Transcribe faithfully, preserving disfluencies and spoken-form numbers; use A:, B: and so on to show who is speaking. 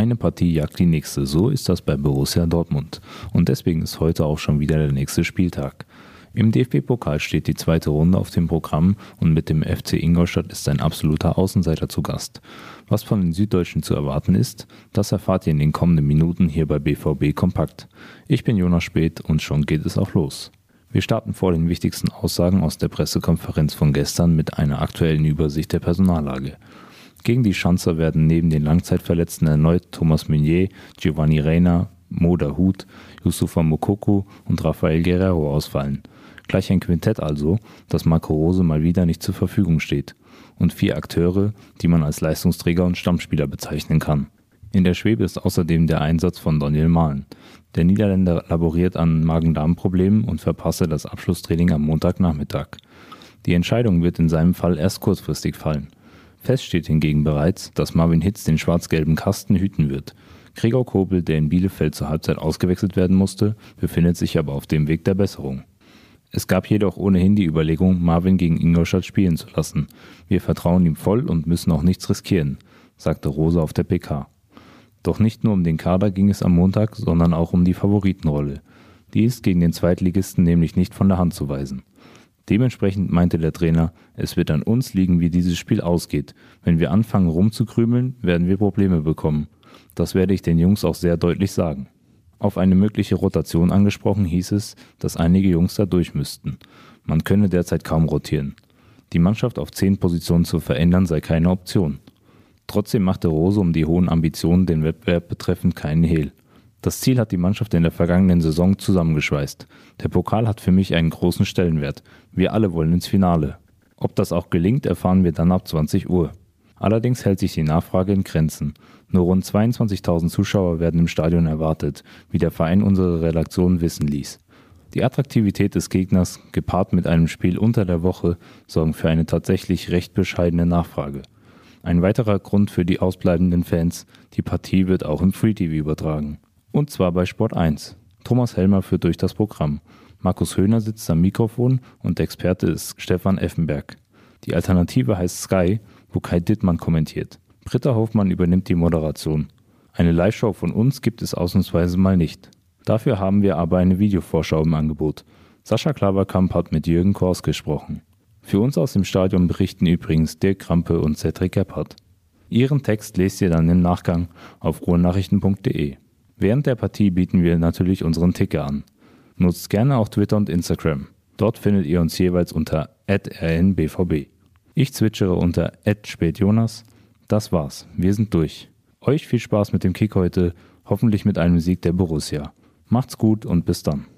A: Eine Partie jagt die nächste, so ist das bei Borussia Dortmund. Und deswegen ist heute auch schon wieder der nächste Spieltag. Im D F B-Pokal steht die zweite Runde auf dem Programm und mit dem F C Ingolstadt ist ein absoluter Außenseiter zu Gast. Was von den Süddeutschen zu erwarten ist, das erfahrt ihr in den kommenden Minuten hier bei B V B Kompakt. Ich bin Jonas Späth und schon geht es auch los. Wir starten vor den wichtigsten Aussagen aus der Pressekonferenz von gestern mit einer aktuellen Übersicht der Personallage. Gegen die Schanzer werden neben den Langzeitverletzten erneut Thomas Meunier, Giovanni Reyna, Mo Dahoud, Youssoufa Moukoko und Rafael Guerreiro ausfallen. Gleich ein Quintett also, das Marco Rose mal wieder nicht zur Verfügung steht. Und vier Akteure, die man als Leistungsträger und Stammspieler bezeichnen kann. In der Schwebe ist außerdem der Einsatz von Daniel Mahlen. Der Niederländer laboriert an Magen-Darm-Problemen und verpasse das Abschlusstraining am Montagnachmittag. Die Entscheidung wird in seinem Fall erst kurzfristig fallen. Fest steht hingegen bereits, dass Marvin Hitz den schwarz-gelben Kasten hüten wird. Gregor Kobel, der in Bielefeld zur Halbzeit ausgewechselt werden musste, befindet sich aber auf dem Weg der Besserung. Es gab jedoch ohnehin die Überlegung, Marvin gegen Ingolstadt spielen zu lassen. Wir vertrauen ihm voll und müssen auch nichts riskieren, sagte Rose auf der P K. Doch nicht nur um den Kader ging es am Montag, sondern auch um die Favoritenrolle. Die ist gegen den Zweitligisten nämlich nicht von der Hand zu weisen. Dementsprechend meinte der Trainer, es wird an uns liegen, wie dieses Spiel ausgeht. Wenn wir anfangen rumzukrümeln, werden wir Probleme bekommen. Das werde ich den Jungs auch sehr deutlich sagen. Auf eine mögliche Rotation angesprochen hieß es, dass einige Jungs da durch müssten. Man könne derzeit kaum rotieren. Die Mannschaft auf zehn Positionen zu verändern sei keine Option. Trotzdem machte Rose um die hohen Ambitionen den Wettbewerb betreffend keinen Hehl. Das Ziel hat die Mannschaft in der vergangenen Saison zusammengeschweißt. Der Pokal hat für mich einen großen Stellenwert. Wir alle wollen ins Finale. Ob das auch gelingt, erfahren wir dann ab zwanzig Uhr. Allerdings hält sich die Nachfrage in Grenzen. Nur rund zweiundzwanzigtausend Zuschauer werden im Stadion erwartet, wie der Verein unsere Redaktion wissen ließ. Die Attraktivität des Gegners, gepaart mit einem Spiel unter der Woche, sorgen für eine tatsächlich recht bescheidene Nachfrage. Ein weiterer Grund für die ausbleibenden Fans, die Partie wird auch im Free-T V übertragen. Und zwar bei Sport eins. Thomas Helmer führt durch das Programm. Markus Höhner sitzt am Mikrofon und der Experte ist Stefan Effenberg. Die Alternative heißt Sky, wo Kai Dittmann kommentiert. Britta Hofmann übernimmt die Moderation. Eine Live-Show von uns gibt es ausnahmsweise mal nicht. Dafür haben wir aber eine Videovorschau im Angebot. Sascha Klaverkamp hat mit Jürgen Kors gesprochen. Für uns aus dem Stadion berichten übrigens Dirk Krampe und Cedric Gebhardt. Ihren Text lest ihr dann im Nachgang auf ruhrnachrichten punkt de. Während der Partie bieten wir natürlich unseren Ticker an. Nutzt gerne auch Twitter und Instagram. Dort findet ihr uns jeweils unter at r n b v b. Ich zwitschere unter at spätjonas. Das war's, wir sind durch. Euch viel Spaß mit dem Kick heute, hoffentlich mit einem Sieg der Borussia. Macht's gut und bis dann.